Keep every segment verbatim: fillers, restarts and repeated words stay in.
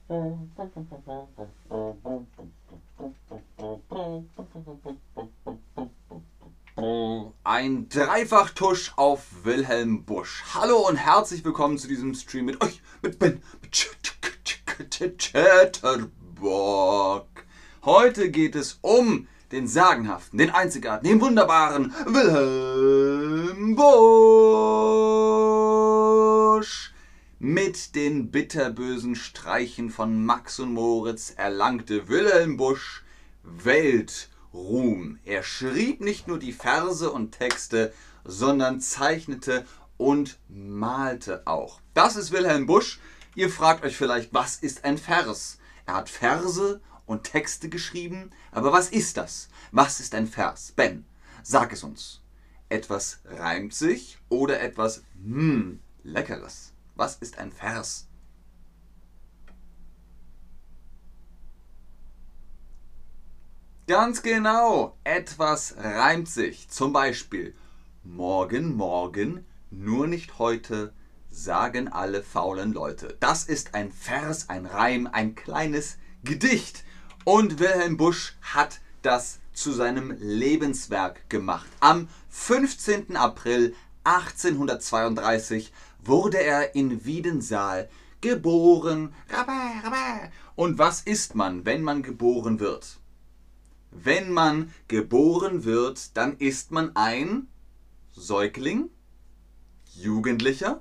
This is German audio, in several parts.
Ein Dreifachtusch auf Wilhelm Busch. Hallo und herzlich willkommen zu diesem Stream mit euch, mit Ben, mit Chatterbock. Heute geht es um den sagenhaften, den einzigartigen, den wunderbaren Wilhelm Busch. Mit den bitterbösen Streichen von Max und Moritz erlangte Wilhelm Busch Weltruhm. Er schrieb nicht nur die Verse und Texte, sondern zeichnete und malte auch. Das ist Wilhelm Busch. Ihr fragt euch vielleicht, was ist ein Vers? Er hat Verse und Texte geschrieben, aber was ist das? Was ist ein Vers? Ben, sag es uns. Etwas reimt sich oder etwas, hm, Leckeres. Was ist ein Vers? Ganz genau, etwas reimt sich. Zum Beispiel, morgen, morgen, nur nicht heute, sagen alle faulen Leute. Das ist ein Vers, ein Reim, ein kleines Gedicht. Und Wilhelm Busch hat das zu seinem Lebenswerk gemacht. Am fünfzehnten April achtzehnhundertzweiunddreißig wurde er in Wiedensaal geboren. Und was ist man, wenn man geboren wird? Wenn man geboren wird, dann ist man ein Säugling, Jugendlicher,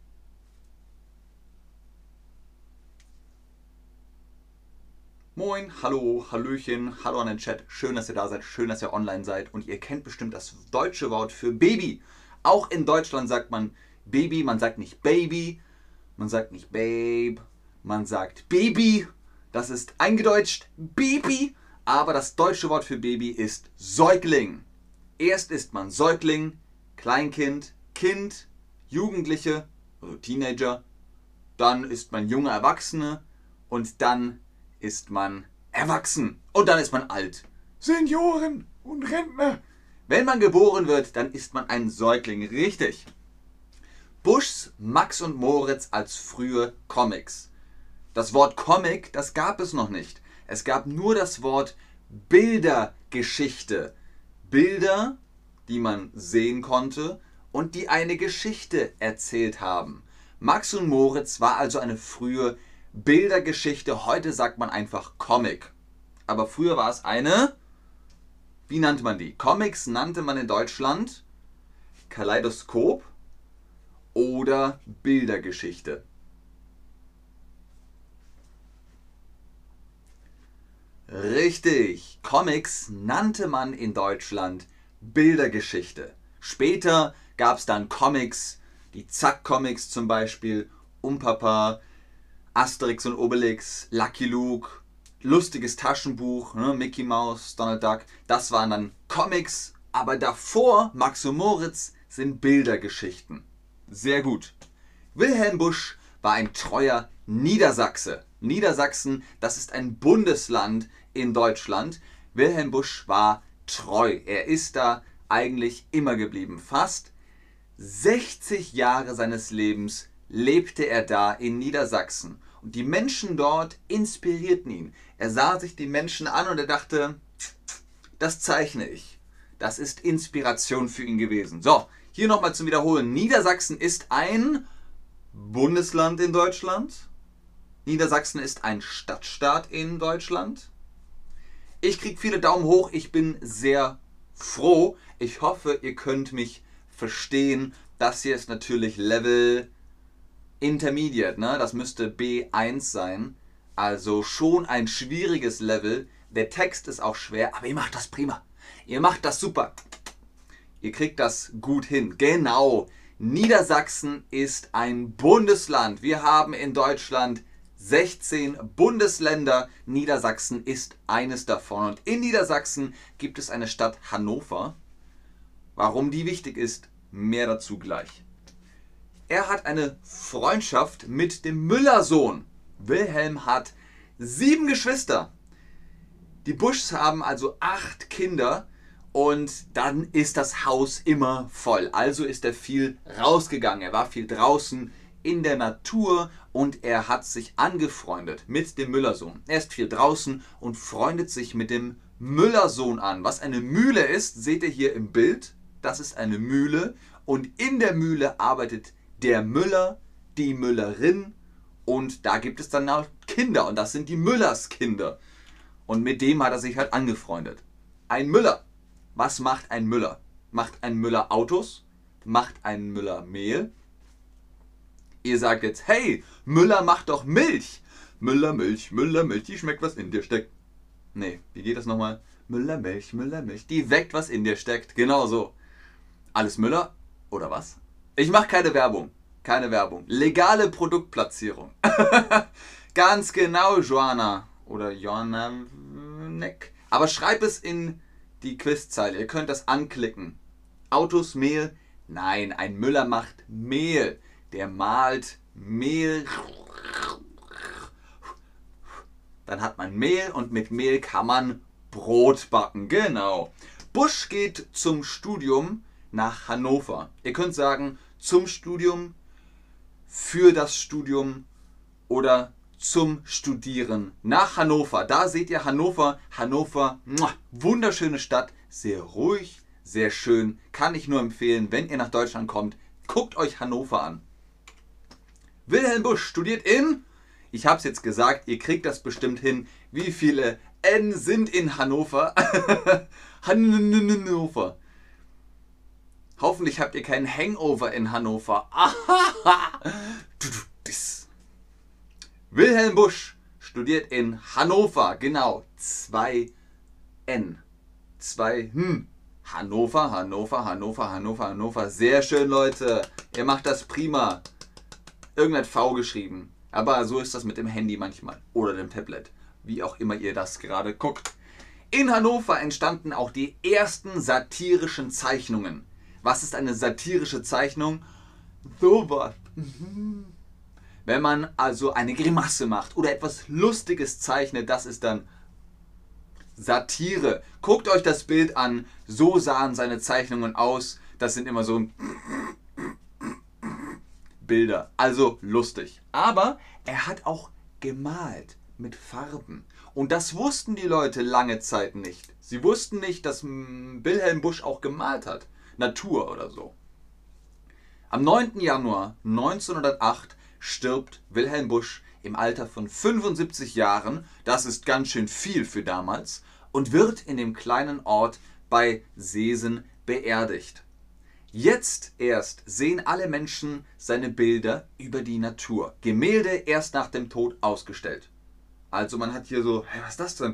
Moin, hallo, hallöchen, hallo an den Chat. Schön, dass ihr da seid, schön, dass ihr online seid. Und ihr kennt bestimmt das deutsche Wort für Baby. Auch in Deutschland sagt man Baby, man sagt nicht Baby, man sagt nicht Babe, man sagt Baby. Das ist eingedeutscht Baby, aber das deutsche Wort für Baby ist Säugling. Erst ist man Säugling, Kleinkind, Kind, Jugendliche, also Teenager. Dann ist man junge Erwachsene und dann ist man erwachsen und dann ist man alt. Senioren und Rentner. Wenn man geboren wird, dann ist man ein Säugling, richtig. Buschs Max und Moritz als frühe Comics. Das Wort Comic, das gab es noch nicht. Es gab nur das Wort Bildergeschichte. Bilder, die man sehen konnte und die eine Geschichte erzählt haben. Max und Moritz war also eine frühe Bildergeschichte, heute sagt man einfach Comic. Aber früher war es eine, wie nannte man die? Comics nannte man in Deutschland Kaleidoskop oder Bildergeschichte. Richtig, Comics nannte man in Deutschland Bildergeschichte. Später gab es dann Comics, die Zack-Comics zum Beispiel, Umpapa, Asterix und Obelix, Lucky Luke, lustiges Taschenbuch, ne, Mickey Mouse, Donald Duck, das waren dann Comics, aber davor, Max und Moritz, sind Bildergeschichten. Sehr gut. Wilhelm Busch war ein treuer Niedersachse. Niedersachsen, das ist ein Bundesland in Deutschland. Wilhelm Busch war treu. Er ist da eigentlich immer geblieben. Fast sechzig Jahre seines Lebens lebte er da in Niedersachsen. Und die Menschen dort inspirierten ihn. Er sah sich die Menschen an und er dachte, das zeichne ich. Das ist Inspiration für ihn gewesen. So, hier nochmal zum Wiederholen. Niedersachsen ist ein Bundesland in Deutschland. Niedersachsen ist ein Stadtstaat in Deutschland. Ich kriege viele Daumen hoch. Ich bin sehr froh. Ich hoffe, ihr könnt mich verstehen. Das hier ist natürlich Level Intermediate, ne? Das müsste B eins sein. Also schon ein schwieriges Level. Der Text ist auch schwer, aber ihr macht das prima. Ihr macht das super. Ihr kriegt das gut hin. Genau. Niedersachsen ist ein Bundesland. Wir haben in Deutschland sechzehn Bundesländer. Niedersachsen ist eines davon. Und in Niedersachsen gibt es eine Stadt Hannover. Warum die wichtig ist, mehr dazu gleich. Er hat eine Freundschaft mit dem Müllersohn. Wilhelm hat sieben Geschwister. Die Buschs haben also acht Kinder und dann ist das Haus immer voll. Also ist er viel rausgegangen. Er war viel draußen in der Natur und er hat sich angefreundet mit dem Müllersohn. Er ist viel draußen und freundet sich mit dem Müllersohn an. Was eine Mühle ist, seht ihr hier im Bild. Das ist eine Mühle und in der Mühle arbeitet der Müller, die Müllerin und da gibt es dann auch Kinder und das sind die Müllerskinder. Und mit dem hat er sich halt angefreundet. Ein Müller. Was macht ein Müller? Macht ein Müller Autos? Macht ein Müller Mehl? Ihr sagt jetzt, hey, Müller macht doch Milch. Müller Milch, Müller Milch, die schmeckt, was in dir steckt. Nee, wie geht das nochmal? Müller Milch, Müller Milch, die weckt, was in dir steckt. Genau so. Alles Müller oder was? Ich mache keine Werbung. Keine Werbung. Legale Produktplatzierung. Ganz genau, Joanna. Oder Joanna Neck. Aber schreib es in die Quizzeile. Ihr könnt das anklicken. Autos, Mehl? Nein, ein Müller macht Mehl. Der mahlt Mehl. Dann hat man Mehl und mit Mehl kann man Brot backen. Genau. Busch geht zum Studium nach Hannover. Ihr könnt sagen, zum Studium, für das Studium oder zum Studieren nach Hannover. Da seht ihr Hannover. Hannover, wunderschöne Stadt, sehr ruhig, sehr schön. Kann ich nur empfehlen, wenn ihr nach Deutschland kommt, guckt euch Hannover an. Wilhelm Busch studiert in, ich habe es jetzt gesagt, ihr kriegt das bestimmt hin. Wie viele N sind in Hannover? Hannover. Hoffentlich habt ihr keinen Hangover in Hannover. Wilhelm Busch studiert in Hannover. Genau. zwei N. zwei Hm. Hannover, Hannover, Hannover, Hannover, Hannover. Sehr schön, Leute. Ihr macht das prima. Irgendein V geschrieben. Aber so ist das mit dem Handy manchmal. Oder dem Tablet. Wie auch immer ihr das gerade guckt. In Hannover entstanden auch die ersten satirischen Zeichnungen. Was ist eine satirische Zeichnung? Sowas. Wenn man also eine Grimasse macht oder etwas Lustiges zeichnet, das ist dann Satire. Guckt euch das Bild an. So sahen seine Zeichnungen aus. Das sind immer so Bilder. Also lustig. Aber er hat auch gemalt mit Farben. Und das wussten die Leute lange Zeit nicht. Sie wussten nicht, dass Wilhelm Busch auch gemalt hat. Natur oder so. Am neunten Januar neunzehnhundertacht stirbt Wilhelm Busch im Alter von fünfundsiebzig Jahren. Das ist ganz schön viel für damals. Und wird in dem kleinen Ort bei Seesen beerdigt. Jetzt erst sehen alle Menschen seine Bilder über die Natur. Gemälde erst nach dem Tod ausgestellt. Also man hat hier so, hey, was ist das denn?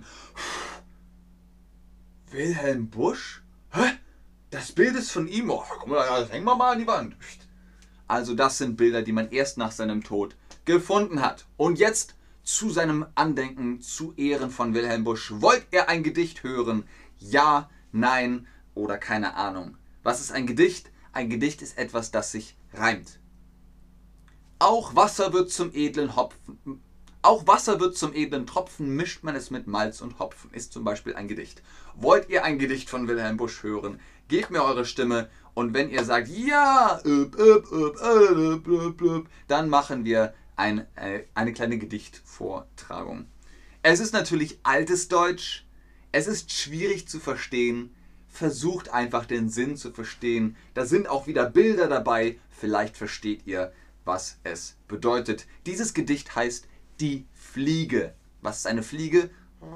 Wilhelm Busch? Hä? Das Bild ist von ihm. Oh, komm mal, das hängen wir mal an die Wand. Also das sind Bilder, die man erst nach seinem Tod gefunden hat. Und jetzt zu seinem Andenken, zu Ehren von Wilhelm Busch. Wollt ihr ein Gedicht hören? Ja, nein oder keine Ahnung. Was ist ein Gedicht? Ein Gedicht ist etwas, das sich reimt. Auch Wasser wird zum edlen Hopfen. Auch Wasser wird zum edlen Tropfen, mischt man es mit Malz und Hopfen. Ist zum Beispiel ein Gedicht. Wollt ihr ein Gedicht von Wilhelm Busch hören? Gebt mir eure Stimme und wenn ihr sagt, ja, üb, üb, üb, üb, üb, üb, dann machen wir ein, äh, eine kleine Gedichtvortragung. Es ist natürlich altes Deutsch, es ist schwierig zu verstehen, versucht einfach den Sinn zu verstehen. Da sind auch wieder Bilder dabei, vielleicht versteht ihr, was es bedeutet. Dieses Gedicht heißt Die Fliege. Was ist eine Fliege?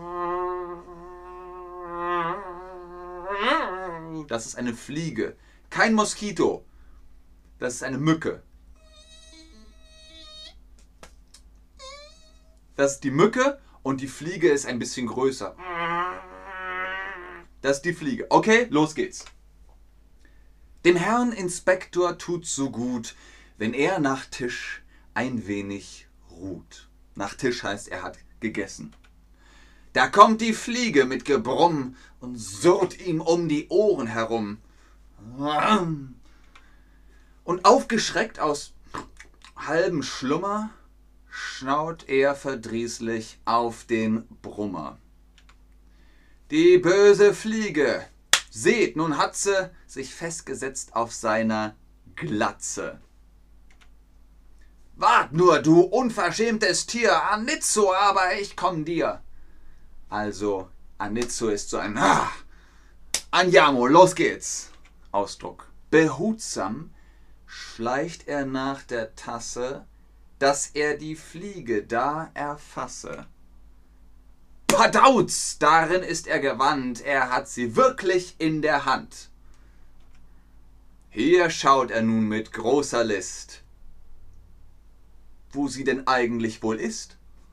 Das ist eine Fliege. Kein Moskito. Das ist eine Mücke. Das ist die Mücke und die Fliege ist ein bisschen größer. Das ist die Fliege. Okay, los geht's. Dem Herrn Inspektor tut's so gut, wenn er nach Tisch ein wenig ruht. Nach Tisch heißt, er hat gegessen. Da kommt die Fliege mit Gebrumm und surrt ihm um die Ohren herum. Und aufgeschreckt aus halbem Schlummer schaut er verdrießlich auf den Brummer. Die böse Fliege, seht, nun hat sie sich festgesetzt auf seiner Glatze. Wart nur, du unverschämtes Tier, Anitzo, aber ich komm dir. Also, Anitzo ist so ein ah, Andiamo, los geht's. Ausdruck. Behutsam schleicht er nach der Tasse, dass er die Fliege da erfasse. Padauz, darin ist er gewandt, er hat sie wirklich in der Hand. Hier schaut er nun mit großer List, wo sie denn eigentlich wohl ist.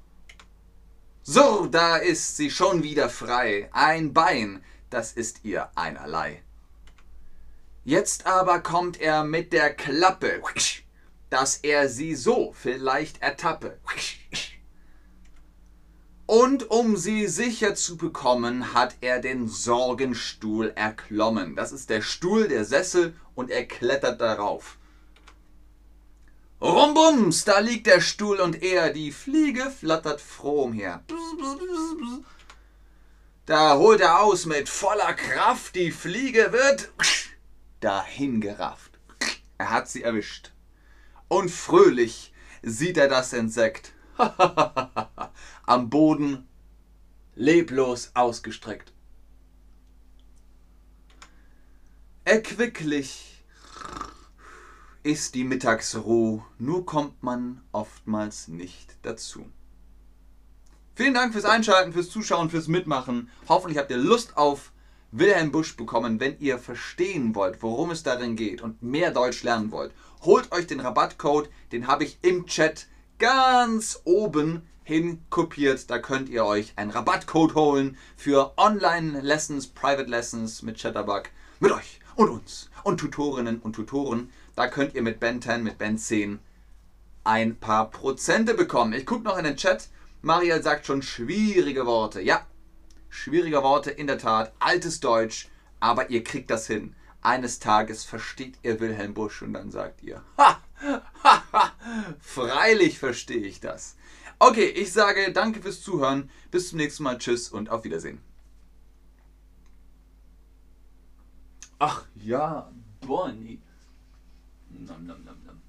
So, da ist sie schon wieder frei, ein Bein, das ist ihr einerlei. Jetzt aber kommt er mit der Klappe, dass er sie so vielleicht ertappe. Und um sie sicher zu bekommen, hat er den Sorgenstuhl erklommen. Das ist der Stuhl, der Sessel, und er klettert darauf. Rumbums, da liegt der Stuhl und er, die Fliege flattert froh umher. Da holt er aus mit voller Kraft, die Fliege wird dahingerafft. Er hat sie erwischt. Und fröhlich sieht er das Insekt am Boden leblos ausgestreckt. Erquicklich ist die Mittagsruhe, nur kommt man oftmals nicht dazu. Vielen Dank fürs Einschalten, fürs Zuschauen, fürs Mitmachen. Hoffentlich habt ihr Lust auf Wilhelm Busch bekommen. Wenn ihr verstehen wollt, worum es darin geht und mehr Deutsch lernen wollt, holt euch den Rabattcode, den habe ich im Chat ganz oben hin kopiert. Da könnt ihr euch einen Rabattcode holen für Online-Lessons, Private Lessons mit Chatterbug, mit euch und uns und Tutorinnen und Tutoren. Da könnt ihr mit Ben zehn, mit Ben zehn ein paar Prozente bekommen. Ich gucke noch in den Chat. Mariel sagt schon schwierige Worte. Ja, schwierige Worte, in der Tat. Altes Deutsch, aber ihr kriegt das hin. Eines Tages versteht ihr Wilhelm Busch und dann sagt ihr, ha, ha, ha, freilich verstehe ich das. Okay, ich sage danke fürs Zuhören. Bis zum nächsten Mal. Tschüss und auf Wiedersehen. Ach ja, Bonnie. Nom, nom, nom, nom.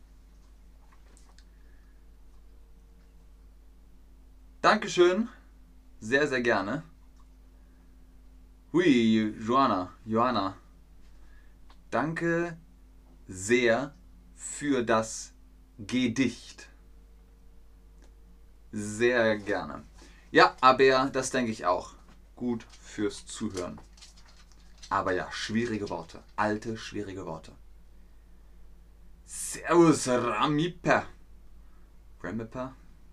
Dankeschön. Sehr, sehr gerne. Hui, Joanna, Joanna. Danke sehr für das Gedicht. Sehr gerne. Ja, aber das denke ich auch. Gut fürs Zuhören. Aber ja, schwierige Worte. Alte, schwierige Worte. Servus, Ramipa. Ramipa?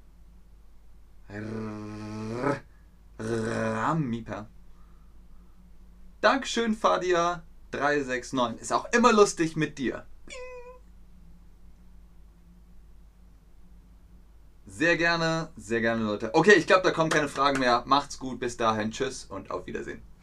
Ramipa. Dankeschön, Fadia drei sechs neun. Ist auch immer lustig mit dir. Sehr gerne, sehr gerne, Leute. Okay, ich glaube, da kommen keine Fragen mehr. Macht's gut, bis dahin. Tschüss und auf Wiedersehen.